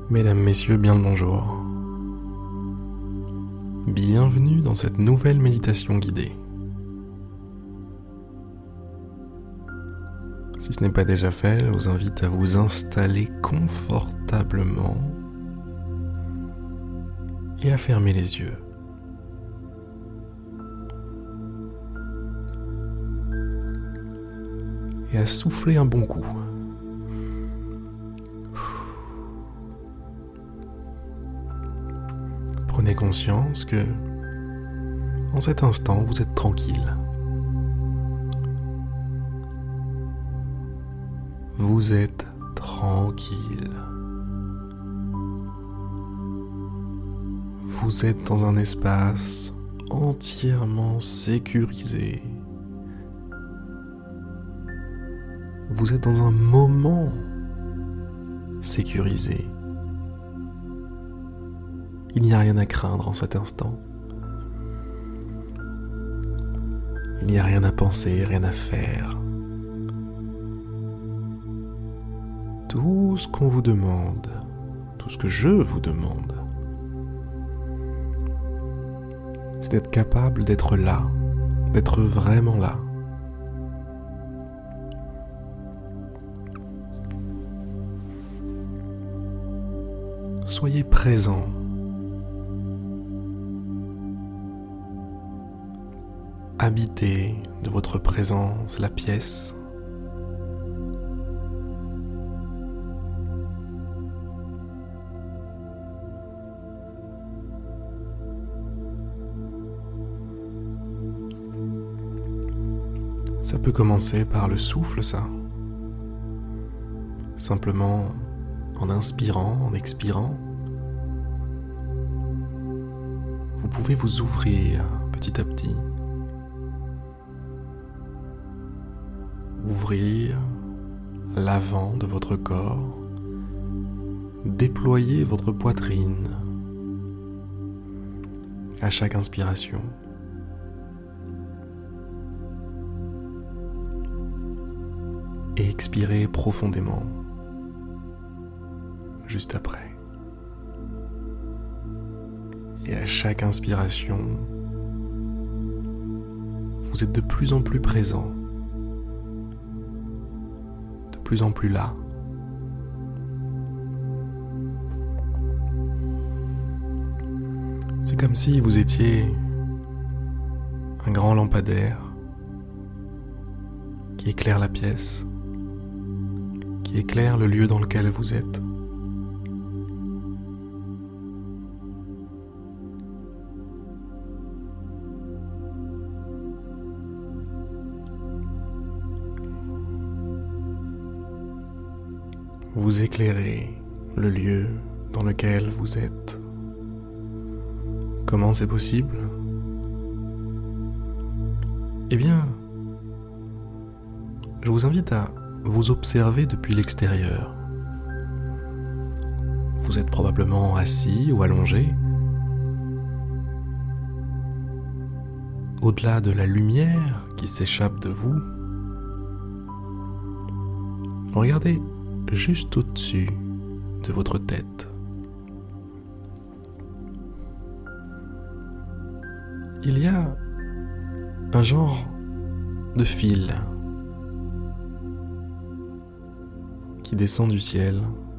Mesdames, Messieurs, bien le bonjour. Bienvenue dans cette nouvelle méditation guidée. Si ce n'est pas déjà fait, je vous invite à vous installer confortablement et à fermer les yeux. Et à souffler un bon coup. Prenez conscience que, en cet instant, vous êtes tranquille. Vous êtes tranquille. Vous êtes dans un espace entièrement sécurisé. Vous êtes dans un moment sécurisé. Il n'y a rien à craindre en cet instant. Il n'y a rien à penser, rien à faire. Tout ce qu'on vous demande, tout ce que je vous demande, c'est d'être capable d'être là, d'être vraiment là. Soyez présent. Habitez de votre présence la pièce. Ça peut commencer par le souffle, ça. Simplement en inspirant, en expirant, vous pouvez vous ouvrir petit à petit. Ouvrir l'avant de votre corps, déployer votre poitrine à chaque inspiration. Et expirer profondément juste après. Et à chaque inspiration, vous êtes de plus en plus présent, de plus en plus là. C'est comme si vous étiez un grand lampadaire qui éclaire la pièce, qui éclaire le lieu dans lequel vous êtes. Vous éclairez le lieu dans lequel vous êtes. Comment c'est possible ? Eh bien, je vous invite à vous observer depuis l'extérieur. Vous êtes probablement assis ou allongé. Au-delà de la lumière qui s'échappe de vous, regardez juste au-dessus de votre tête. Il y a un genre de fil qui descend du ciel,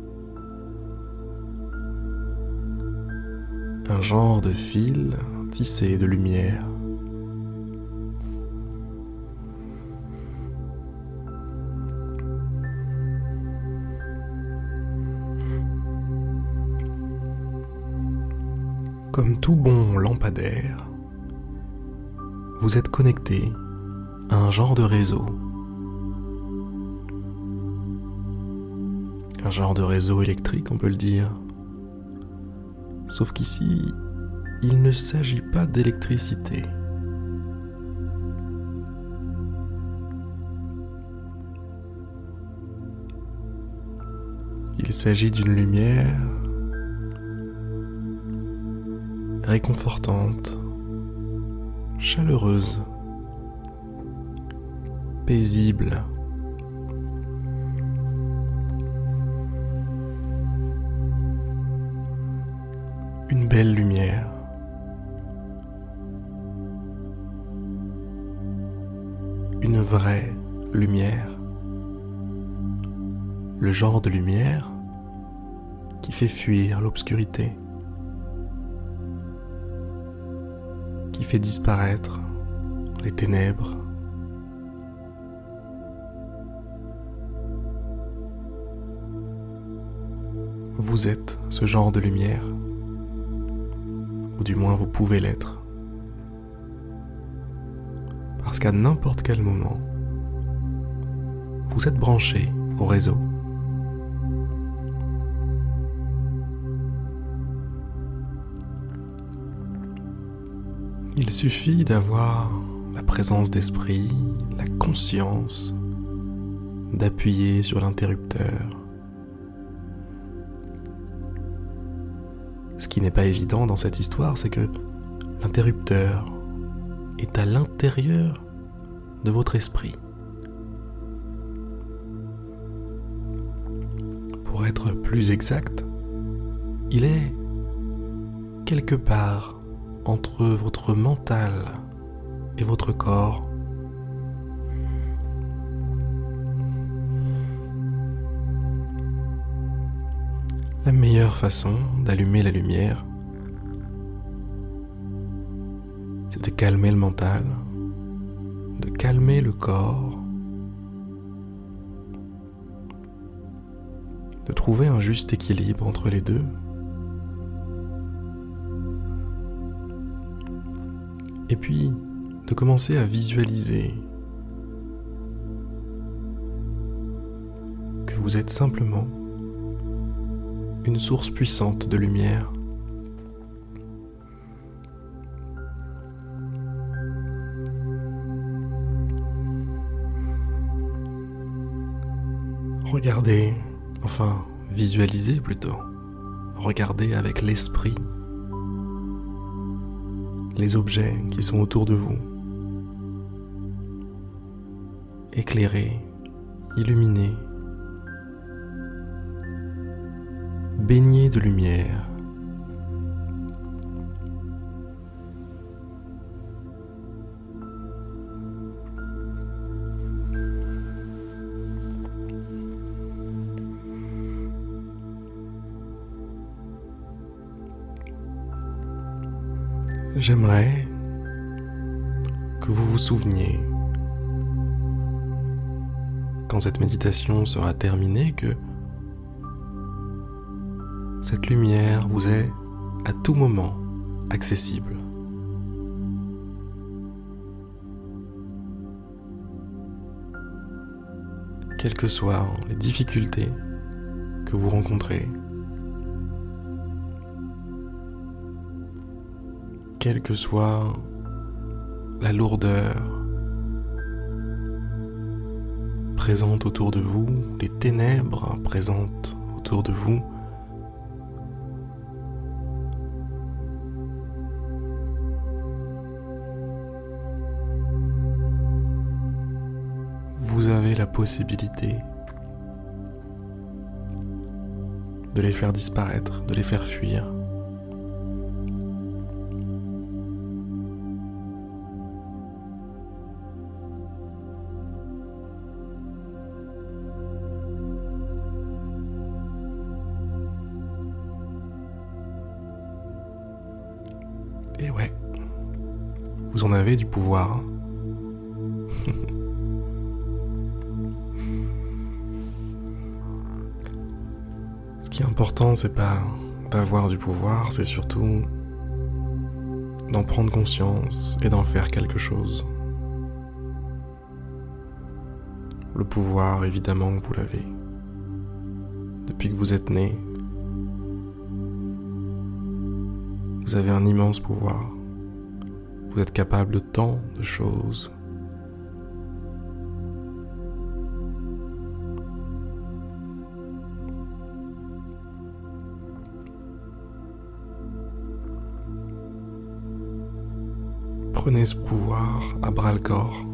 un genre de fil tissé de lumière. Comme tout bon lampadaire, vous êtes connecté à un genre de réseau. Un genre de réseau électrique, on peut le dire. Sauf qu'ici, il ne s'agit pas d'électricité. Il s'agit d'une lumière réconfortante, chaleureuse, paisible. belle lumière. Une vraie lumière. Le genre de lumière qui fait fuir l'obscurité, qui fait disparaître les ténèbres. Vous êtes ce genre de lumière, ou du moins vous pouvez l'être, parce qu'à n'importe quel moment, vous êtes branché au réseau. Il suffit d'avoir la présence d'esprit, la conscience, d'appuyer sur l'interrupteur. Ce qui n'est pas évident dans cette histoire, c'est que l'interrupteur est à l'intérieur de votre esprit. Pour être plus exact, il est quelque part entre votre mental et votre corps. La meilleure façon d'allumer la lumière, c'est de calmer le mental, de calmer le corps, de trouver un juste équilibre entre les deux. Et puis, de commencer à visualiser que vous êtes simplement une source puissante de lumière. Regardez, enfin, visualisez plutôt. Regardez avec l'esprit les objets qui sont autour de vous, éclairés, illuminés, baignés de lumière. J'aimerais que vous vous souveniez, quand cette méditation sera terminée, que cette lumière vous est à tout moment accessible. Quelles que soient les difficultés que vous rencontrez, quelle que soit la lourdeur présente autour de vous, les ténèbres présentes autour de vous, vous avez la possibilité de les faire disparaître, de les faire fuir. Et ouais, vous en avez du pouvoir. Ce qui est important, c'est pas d'avoir du pouvoir, c'est surtout d'en prendre conscience et d'en faire quelque chose. Le pouvoir, évidemment, vous l'avez. Depuis que vous êtes né, vous avez un immense pouvoir. Vous êtes capable de tant de choses. Prenez ce pouvoir à bras-le-corps.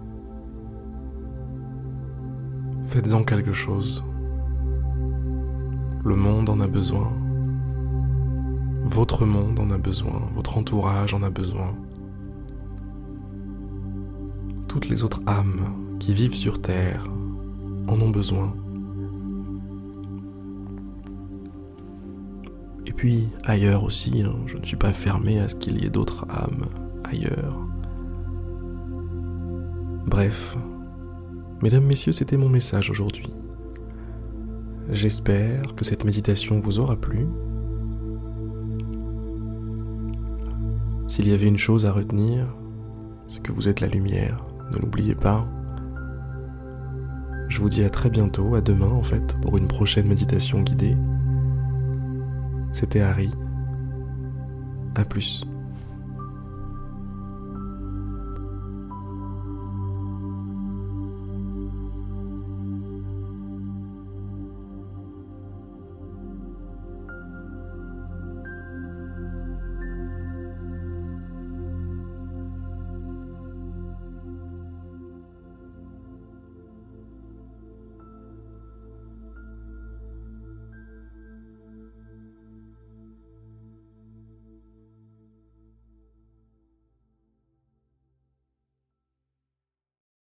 Faites-en quelque chose. Le monde en a besoin. Votre monde en a besoin. Votre entourage en a besoin. Toutes les autres âmes qui vivent sur Terre en ont besoin. Et puis ailleurs aussi, je ne suis pas fermé à ce qu'il y ait d'autres âmes ailleurs. Bref, mesdames, messieurs, c'était mon message aujourd'hui. J'espère que cette méditation vous aura plu. S'il y avait une chose à retenir, c'est que vous êtes la lumière, ne l'oubliez pas. Je vous dis à très bientôt, à demain en fait, pour une prochaine méditation guidée. C'était Harry. À plus.